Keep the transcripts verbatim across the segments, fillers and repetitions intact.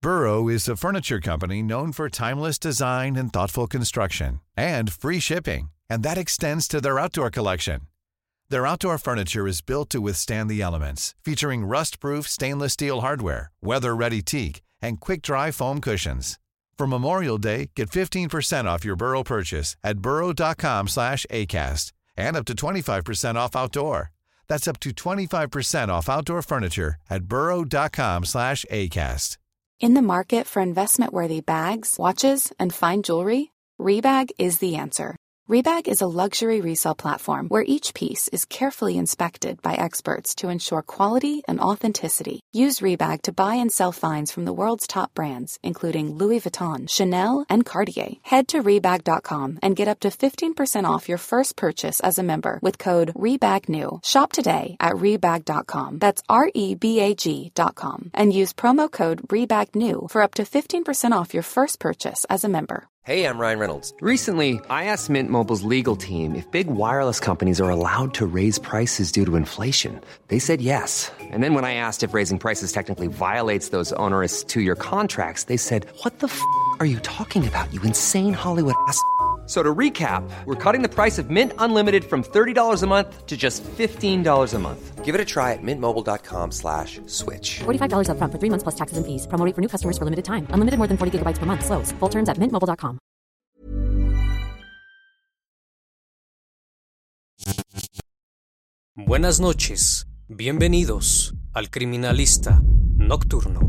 Burrow is a furniture company known for timeless design and thoughtful construction, and free shipping, and that extends to their outdoor collection. Their outdoor furniture is built to withstand the elements, featuring rust-proof stainless steel hardware, weather-ready teak, and quick-dry foam cushions. For Memorial Day, get fifteen percent off your Burrow purchase at burrow.com slash ACAST and up to twenty-five percent off outdoor. That's up to twenty-five percent off outdoor furniture at burrow.com slash ACAST. In the market for investment-worthy bags, watches, and fine jewelry, Rebag is the answer. Rebag is a luxury resale platform where each piece is carefully inspected by experts to ensure quality and authenticity. Use Rebag to buy and sell finds from the world's top brands, including Louis Vuitton, Chanel, and Cartier. Head to Rebag dot com and get up to fifteen percent off your first purchase as a member with code REBAGNEW. Shop today at Rebag dot com. That's R E B A G dot com. And use promo code REBAGNEW for up to fifteen percent off your first purchase as a member. Hey, I'm Ryan Reynolds. Recently, I asked Mint Mobile's legal team if big wireless companies are allowed to raise prices due to inflation. They said yes. And then when I asked if raising prices technically violates those onerous two-year contracts, they said, what the f*** are you talking about, you insane Hollywood ass f- So to recap, we're cutting the price of Mint Unlimited from thirty dollars a month to just fifteen dollars a month. Give it a try at mintmobile.com slash switch. forty-five dollars up front for three months plus taxes and fees. Promo rate for new customers for limited time. Unlimited more than forty gigabytes per month. Slows full terms at mint mobile dot com. Buenas noches. Bienvenidos al Criminalista Nocturno.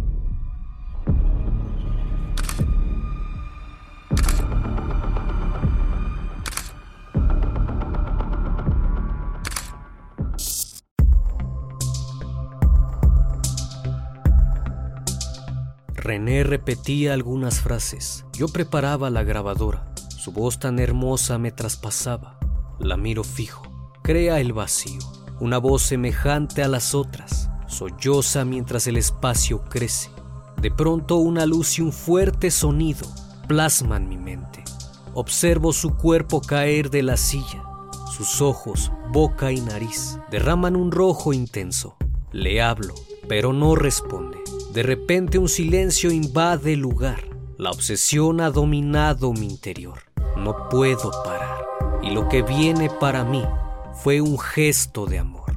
René repetía algunas frases. Yo preparaba la grabadora. Su voz tan hermosa me traspasaba. La miro fijo. Crea el vacío. Una voz semejante a las otras. Solloza mientras el espacio crece. De pronto una luz y un fuerte sonido plasman mi mente. Observo su cuerpo caer de la silla. Sus ojos, boca y nariz derraman un rojo intenso. Le hablo, pero no responde. De repente un silencio invade el lugar. La obsesión ha dominado mi interior. No puedo parar. Y lo que viene para mí fue un gesto de amor.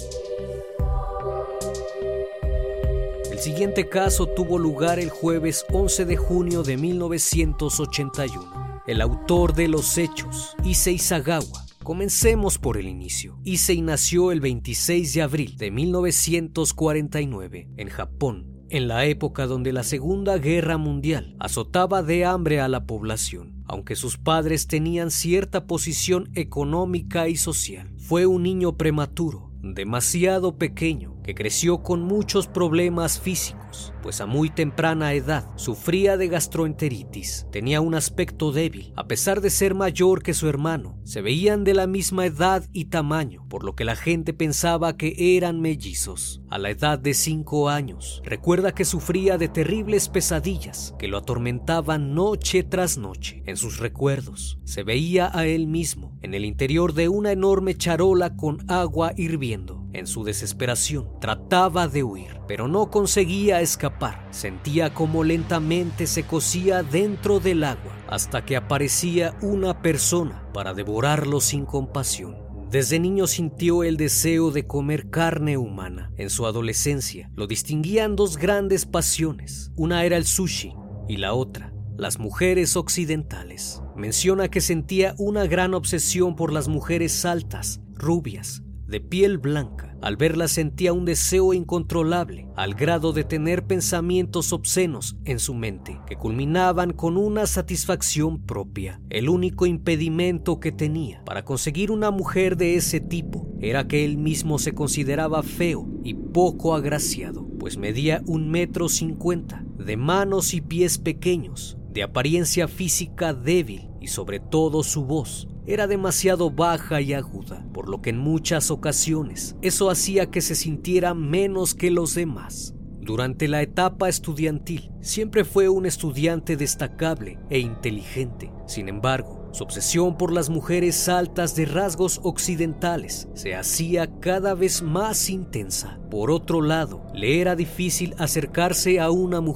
El siguiente caso tuvo lugar el jueves once de junio de mil novecientos ochenta y uno. El autor de los hechos, Issei Sagawa. Comencemos por el inicio. Issei nació el veintiséis de abril de mil novecientos cuarenta y nueve en Japón, en la época donde la Segunda Guerra Mundial azotaba de hambre a la población. Aunque sus padres tenían cierta posición económica y social, fue un niño prematuro, demasiado pequeño, que creció con muchos problemas físicos, pues a muy temprana edad sufría de gastroenteritis. Tenía un aspecto débil, a pesar de ser mayor que su hermano. Se veían de la misma edad y tamaño, por lo que la gente pensaba que eran mellizos. A la edad de cinco años, recuerda que sufría de terribles pesadillas que lo atormentaban noche tras noche. En sus recuerdos, se veía a él mismo en el interior de una enorme charola con agua hirviendo. En su desesperación, trataba de huir, pero no conseguía escapar. Sentía como lentamente se cocía dentro del agua, hasta que aparecía una persona para devorarlo sin compasión. Desde niño sintió el deseo de comer carne humana. En su adolescencia, lo distinguían dos grandes pasiones. Una era el sushi y la otra, las mujeres occidentales. Menciona que sentía una gran obsesión por las mujeres altas, rubias, de piel blanca. Al verla sentía un deseo incontrolable, al grado de tener pensamientos obscenos en su mente, que culminaban con una satisfacción propia. El único impedimento que tenía para conseguir una mujer de ese tipo era que él mismo se consideraba feo y poco agraciado, pues medía un metro cincuenta, de manos y pies pequeños, de apariencia física débil y sobre todo su voz era demasiado baja y aguda, por lo que en muchas ocasiones eso hacía que se sintiera menos que los demás. Durante la etapa estudiantil, siempre fue un estudiante destacable e inteligente. Sin embargo, su obsesión por las mujeres altas de rasgos occidentales se hacía cada vez más intensa. Por otro lado, le era difícil acercarse a una mujer,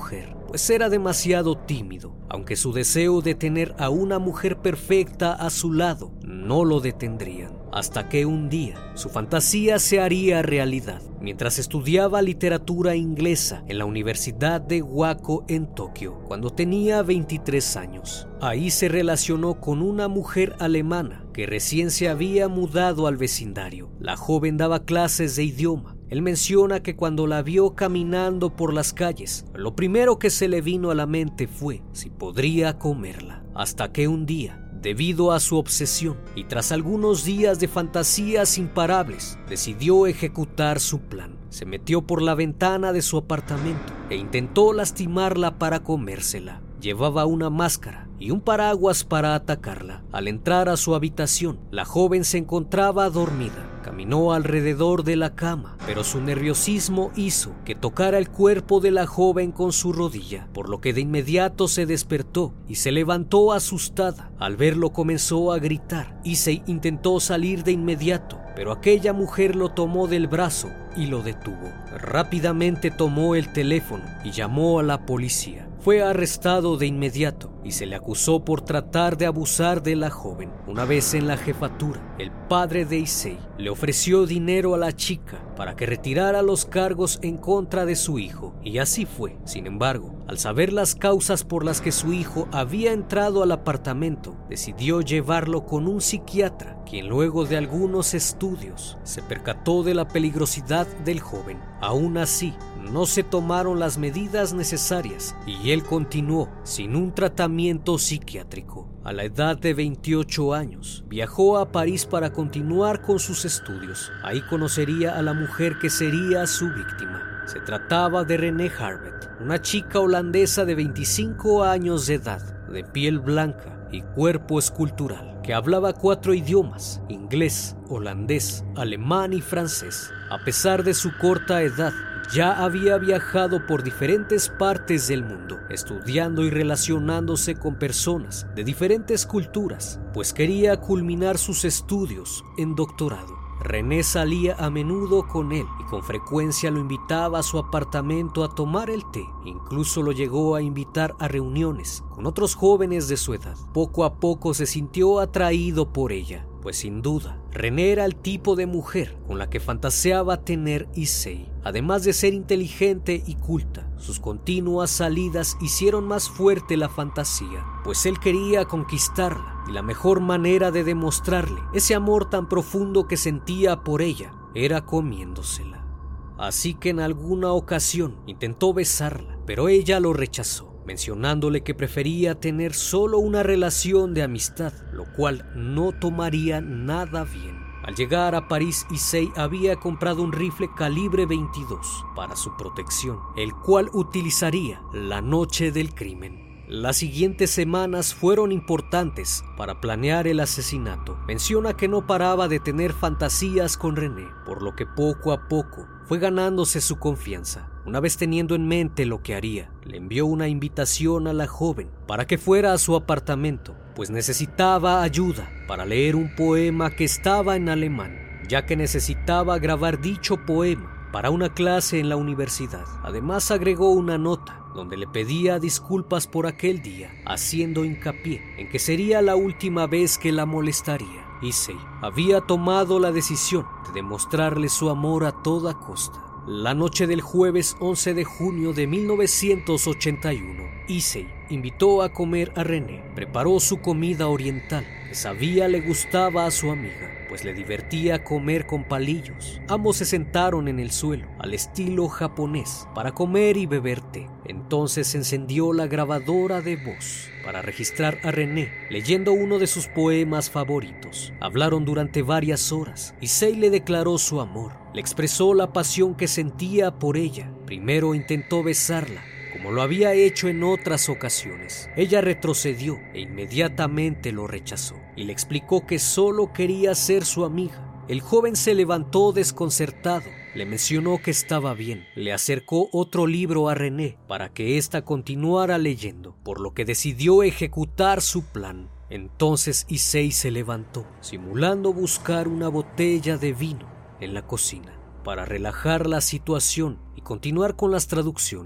pues era demasiado tímido, aunque su deseo de tener a una mujer perfecta a su lado no lo detendrían. Hasta que un día su fantasía se haría realidad mientras estudiaba literatura inglesa en la Universidad de Wako en Tokio, cuando tenía veintitrés años. Ahí se relacionó con una mujer alemana que recién se había mudado al vecindario. La joven daba clases de idioma. Él menciona que cuando la vio caminando por las calles, lo primero que se le vino a la mente fue si podría comerla. Hasta que un día, debido a su obsesión y tras algunos días de fantasías imparables, decidió ejecutar su plan. Se metió por la ventana de su apartamento e intentó lastimarla para comérsela. Llevaba una máscara y un paraguas para atacarla. Al entrar a su habitación, la joven se encontraba dormida. Caminó alrededor de la cama, pero su nerviosismo hizo que tocara el cuerpo de la joven con su rodilla, por lo que de inmediato se despertó y se levantó asustada. Al verlo comenzó a gritar. Issei intentó salir de inmediato, pero aquella mujer lo tomó del brazo y lo detuvo. Rápidamente tomó el teléfono y llamó a la policía. Fue arrestado de inmediato y se le acusó por tratar de abusar de la joven. Una vez en la jefatura, el padre de Issei le ofreció dinero a la chica para que retirara los cargos en contra de su hijo, y así fue. Sin embargo, al saber las causas por las que su hijo había entrado al apartamento, decidió llevarlo con un psiquiatra, quien luego de algunos estudios se percató de la peligrosidad del joven. Aún así, no se tomaron las medidas necesarias y él continuó sin un tratamiento psiquiátrico. A la edad de veintiocho años, viajó a París para continuar con sus estudios. Ahí conocería a la mujer que sería su víctima. Se trataba de René Harbert, una chica holandesa de veinticinco años de edad, de piel blanca y cuerpo escultural, que hablaba cuatro idiomas: inglés, holandés, alemán y francés. A pesar de su corta edad, ya había viajado por diferentes partes del mundo, estudiando y relacionándose con personas de diferentes culturas, pues quería culminar sus estudios en doctorado. René salía a menudo con él y con frecuencia lo invitaba a su apartamento a tomar el té. Incluso lo llegó a invitar a reuniones con otros jóvenes de su edad. Poco a poco se sintió atraído por ella, pues sin duda, René era el tipo de mujer con la que fantaseaba tener Issei. Además de ser inteligente y culta, sus continuas salidas hicieron más fuerte la fantasía, pues él quería conquistarla, y la mejor manera de demostrarle ese amor tan profundo que sentía por ella era comiéndosela. Así que en alguna ocasión intentó besarla, pero ella lo rechazó, mencionándole que prefería tener solo una relación de amistad, lo cual no tomaría nada bien. Al llegar a París, Issei había comprado un rifle calibre veintidós para su protección, el cual utilizaría la noche del crimen. Las siguientes semanas fueron importantes para planear el asesinato. Menciona que no paraba de tener fantasías con René, por lo que poco a poco fue ganándose su confianza. Una vez teniendo en mente lo que haría, le envió una invitación a la joven para que fuera a su apartamento, pues necesitaba ayuda para leer un poema que estaba en alemán, ya que necesitaba grabar dicho poema para una clase en la universidad. Además agregó una nota donde le pedía disculpas por aquel día, haciendo hincapié en que sería la última vez que la molestaría. Issei había tomado la decisión de demostrarle su amor a toda costa. La noche del jueves once de junio de mil novecientos ochenta y uno, Issei invitó a comer a René. Preparó su comida oriental, que sabía le gustaba a su amiga, pues le divertía comer con palillos. Ambos se sentaron en el suelo, al estilo japonés, para comer y beber té. Entonces encendió la grabadora de voz para registrar a René leyendo uno de sus poemas favoritos. Hablaron durante varias horas. Issei le declaró su amor, le expresó la pasión que sentía por ella. Primero intentó besarla, como lo había hecho en otras ocasiones. Ella retrocedió e inmediatamente lo rechazó y le explicó que solo quería ser su amiga. El joven se levantó desconcertado, le mencionó que estaba bien, le acercó otro libro a René para que ésta continuara leyendo, por lo que decidió ejecutar su plan. Entonces Issei se levantó, simulando buscar una botella de vino en la cocina para relajar la situación y continuar con las traducciones.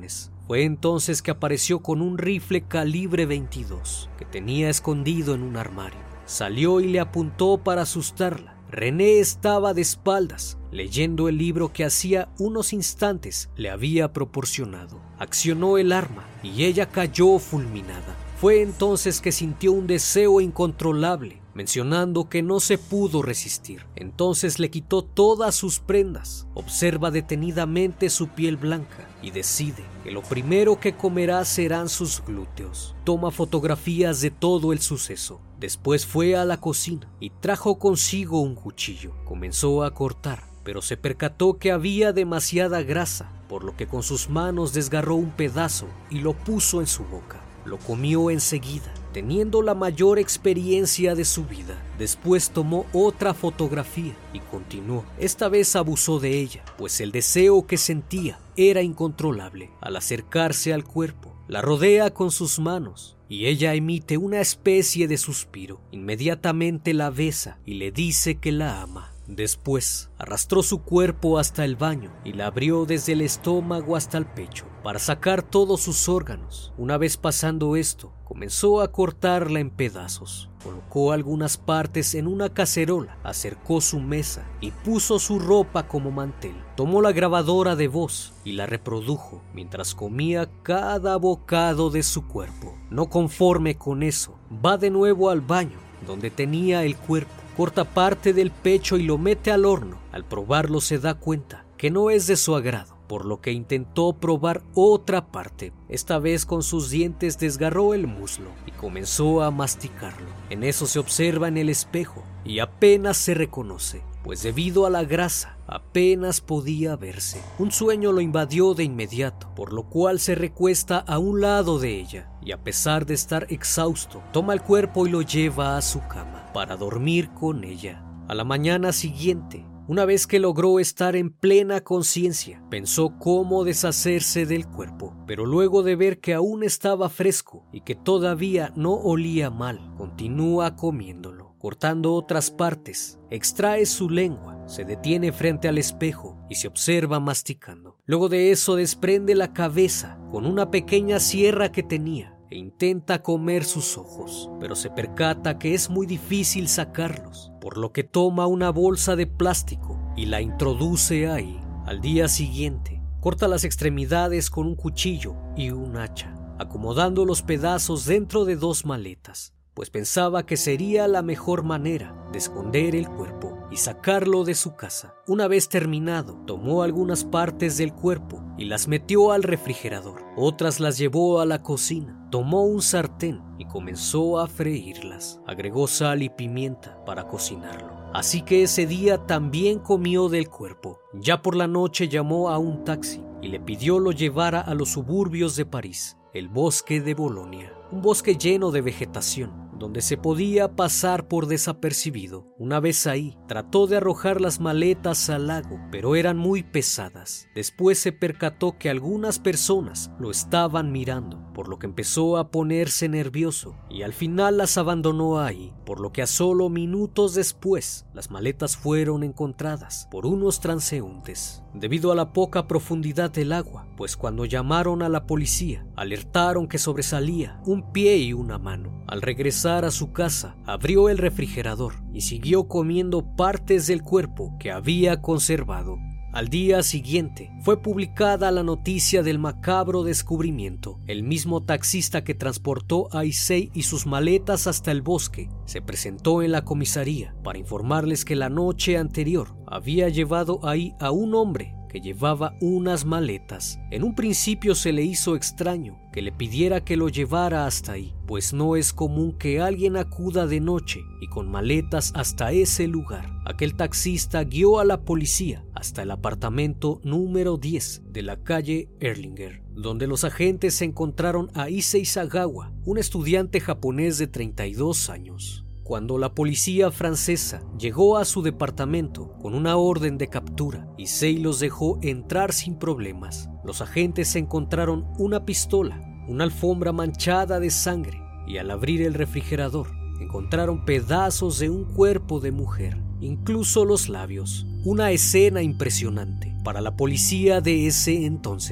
Fue entonces que apareció con un rifle calibre veintidós que tenía escondido en un armario. Salió y le apuntó para asustarla. René estaba de espaldas, leyendo el libro que hacía unos instantes le había proporcionado. Accionó el arma y ella cayó fulminada. Fue entonces que sintió un deseo incontrolable, mencionando que no se pudo resistir. Entonces le quitó todas sus prendas, observa detenidamente su piel blanca y decide que lo primero que comerá serán sus glúteos. Toma fotografías de todo el suceso. Después fue a la cocina y trajo consigo un cuchillo. Comenzó a cortar, pero se percató que había demasiada grasa, por lo que con sus manos desgarró un pedazo y lo puso en su boca. Lo comió enseguida, teniendo la mayor experiencia de su vida. Después tomó otra fotografía y continuó. Esta vez abusó de ella, pues el deseo que sentía era incontrolable. Al acercarse al cuerpo, la rodea con sus manos y ella emite una especie de suspiro. Inmediatamente la besa y le dice que la ama. Después arrastró su cuerpo hasta el baño y la abrió desde el estómago hasta el pecho para sacar todos sus órganos. Una vez pasando esto, comenzó a cortarla en pedazos. Colocó algunas partes en una cacerola, acercó su mesa y puso su ropa como mantel. Tomó la grabadora de voz y la reprodujo mientras comía cada bocado de su cuerpo. No conforme con eso, va de nuevo al baño donde tenía el cuerpo. Corta parte del pecho y lo mete al horno. Al probarlo se da cuenta que no es de su agrado, por lo que intentó probar otra parte. Esta vez con sus dientes desgarró el muslo y comenzó a masticarlo. En eso se observa en el espejo y apenas se reconoce, pues debido a la grasa apenas podía verse. Un sueño lo invadió de inmediato, por lo cual se recuesta a un lado de ella y a pesar de estar exhausto, toma el cuerpo y lo lleva a su cama para dormir con ella. A la mañana siguiente, una vez que logró estar en plena conciencia, pensó cómo deshacerse del cuerpo, pero luego de ver que aún estaba fresco y que todavía no olía mal, continúa comiéndolo. Cortando otras partes, extrae su lengua, se detiene frente al espejo y se observa masticando. Luego de eso desprende la cabeza con una pequeña sierra que tenía e intenta comer sus ojos, pero se percata que es muy difícil sacarlos, por lo que toma una bolsa de plástico y la introduce ahí. Al día siguiente, corta las extremidades con un cuchillo y un hacha, acomodando los pedazos dentro de dos maletas, pues pensaba que sería la mejor manera de esconder el cuerpo y sacarlo de su casa. Una vez terminado, tomó algunas partes del cuerpo y las metió al refrigerador. Otras las llevó a la cocina. Tomó un sartén y comenzó a freírlas. Agregó sal y pimienta para cocinarlo. Así que ese día también comió del cuerpo. Ya por la noche llamó a un taxi y le pidió lo llevara a los suburbios de París, el bosque de Bolonia. Un bosque lleno de vegetación, donde se podía pasar por desapercibido. Una vez ahí, trató de arrojar las maletas al lago, pero eran muy pesadas. Después se percató que algunas personas lo estaban mirando, por lo que empezó a ponerse nervioso y al final las abandonó ahí, por lo que a solo minutos después, las maletas fueron encontradas por unos transeúntes. Debido a la poca profundidad del agua, pues cuando llamaron a la policía, alertaron que sobresalía un pie y una mano. Al regresar a su casa, abrió el refrigerador y siguió comiendo partes del cuerpo que había conservado. Al día siguiente, fue publicada la noticia del macabro descubrimiento. El mismo taxista que transportó a Issei y sus maletas hasta el bosque se presentó en la comisaría para informarles que la noche anterior había llevado ahí a un hombre que llevaba unas maletas. En un principio se le hizo extraño que le pidiera que lo llevara hasta ahí, pues no es común que alguien acuda de noche y con maletas hasta ese lugar. Aquel taxista guió a la policía hasta el apartamento número diez de la calle Erlinger, donde los agentes encontraron a Issei Sagawa, un estudiante japonés de treinta y dos años. Cuando la policía francesa llegó a su departamento con una orden de captura, Issei los dejó entrar sin problemas. Los agentes encontraron una pistola, una alfombra manchada de sangre y al abrir el refrigerador encontraron pedazos de un cuerpo de mujer, incluso los labios. Una escena impresionante para la policía de ese entonces.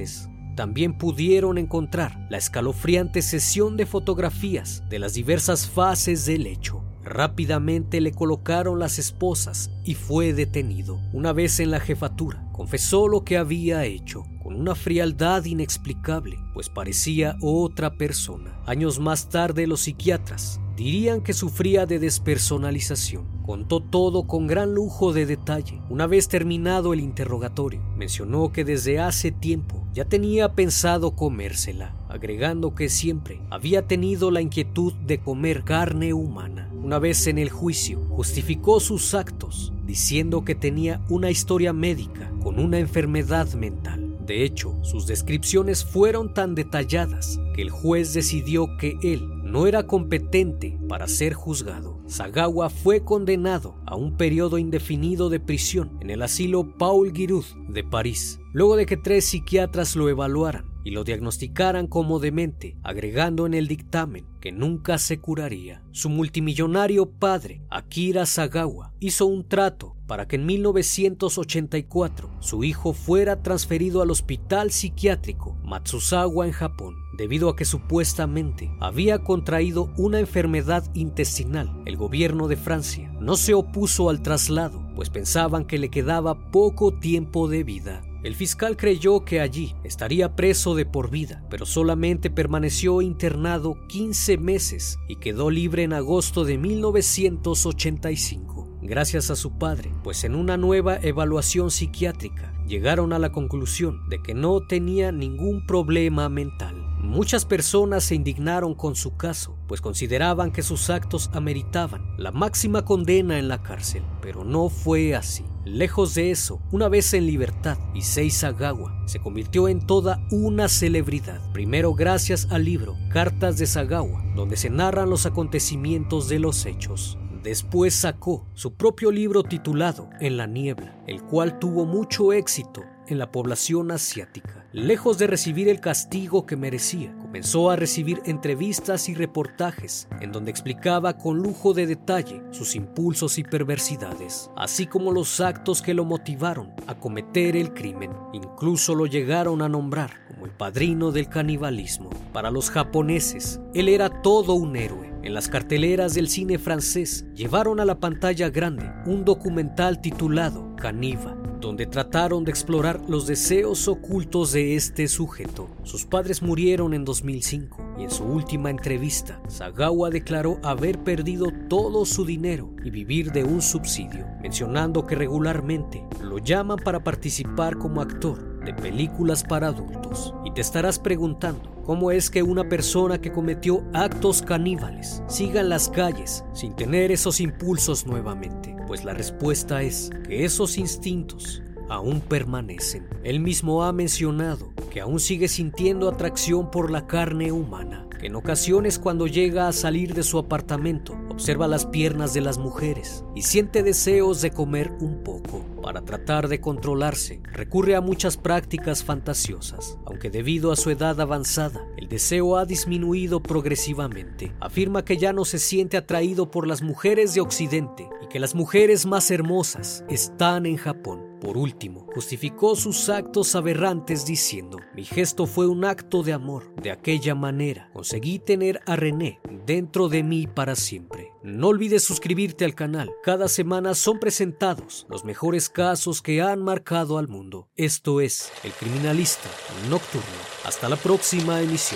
también pudieron encontrar la escalofriante sesión de fotografías de las diversas fases del hecho. Rápidamente le colocaron las esposas y fue detenido. Una vez en la jefatura, confesó lo que había hecho con una frialdad inexplicable, pues parecía otra persona. Años más tarde, los psiquiatras dirían que sufría de despersonalización. Contó todo con gran lujo de detalle. Una vez terminado el interrogatorio, mencionó que desde hace tiempo ya tenía pensado comérsela, agregando que siempre había tenido la inquietud de comer carne humana. Una vez en el juicio, justificó sus actos, diciendo que tenía una historia médica con una enfermedad mental. De hecho, sus descripciones fueron tan detalladas que el juez decidió que él no era competente para ser juzgado. Sagawa fue condenado a un periodo indefinido de prisión en el asilo Paul Giroud de París, luego de que tres psiquiatras lo evaluaran y lo diagnosticaran como demente, agregando en el dictamen que nunca se curaría. Su multimillonario padre, Akira Sagawa, hizo un trato para que en mil novecientos ochenta y cuatro su hijo fuera transferido al hospital psiquiátrico Matsuzawa en Japón, debido a que supuestamente había contraído una enfermedad intestinal. El gobierno de Francia no se opuso al traslado, pues pensaban que le quedaba poco tiempo de vida. El fiscal creyó que allí estaría preso de por vida, pero solamente permaneció internado quince meses y quedó libre en agosto de mil novecientos ochenta y cinco. Gracias a su padre, pues en una nueva evaluación psiquiátrica llegaron a la conclusión de que no tenía ningún problema mental. Muchas personas se indignaron con su caso, pues consideraban que sus actos ameritaban la máxima condena en la cárcel, pero no fue así. Lejos de eso, una vez en libertad, Issei Sagawa se convirtió en toda una celebridad. Primero gracias al libro Cartas de Sagawa, donde se narran los acontecimientos de los hechos. Después sacó su propio libro titulado En la niebla, el cual tuvo mucho éxito en la población asiática. Lejos de recibir el castigo que merecía, comenzó a recibir entrevistas y reportajes en donde explicaba con lujo de detalle sus impulsos y perversidades, así como los actos que lo motivaron a cometer el crimen. Incluso lo llegaron a nombrar como el padrino del canibalismo. Para los japoneses, él era todo un héroe. En las carteleras del cine francés llevaron a la pantalla grande un documental titulado Caníbal, donde trataron de explorar los deseos ocultos de este sujeto. Sus padres murieron en dos mil cinco y en su última entrevista, Sagawa declaró haber perdido todo su dinero y vivir de un subsidio, mencionando que regularmente lo llaman para participar como actor de películas para adultos. Y te estarás preguntando, ¿cómo es que una persona que cometió actos caníbales siga en las calles sin tener esos impulsos nuevamente? Pues la respuesta es que esos instintos aún permanecen. Él mismo ha mencionado que aún sigue sintiendo atracción por la carne humana, que en ocasiones cuando llega a salir de su apartamento observa las piernas de las mujeres y siente deseos de comer un poco. Para tratar de controlarse, recurre a muchas prácticas fantasiosas, aunque debido a su edad avanzada, el deseo ha disminuido progresivamente. Afirma que ya no se siente atraído por las mujeres de Occidente y que las mujeres más hermosas están en Japón. Por último, justificó sus actos aberrantes diciendo: mi gesto fue un acto de amor. De aquella manera, conseguí tener a René dentro de mí para siempre. No olvides suscribirte al canal. Cada semana son presentados los mejores casos que han marcado al mundo. Esto es El Criminalista Nocturno. Hasta la próxima emisión.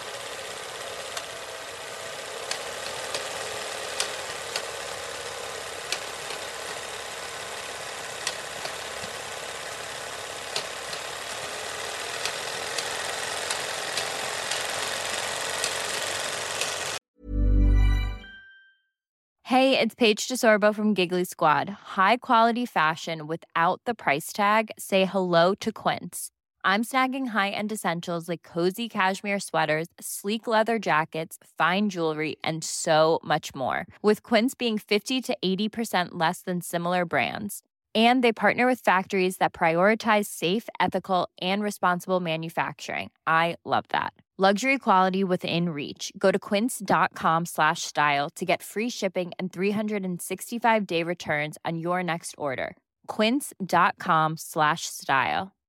Hey, it's Paige DeSorbo from Giggly Squad. High quality fashion without the price tag. Say hello to Quince. I'm snagging high-end essentials like cozy cashmere sweaters, sleek leather jackets, fine jewelry, and so much more. With Quince being fifty to eighty percent less than similar brands. And they partner with factories that prioritize safe, ethical, and responsible manufacturing. I love that. Luxury quality within reach. Go to quince.com slash style to get free shipping and three sixty-five day returns on your next order. Quince.com slash style.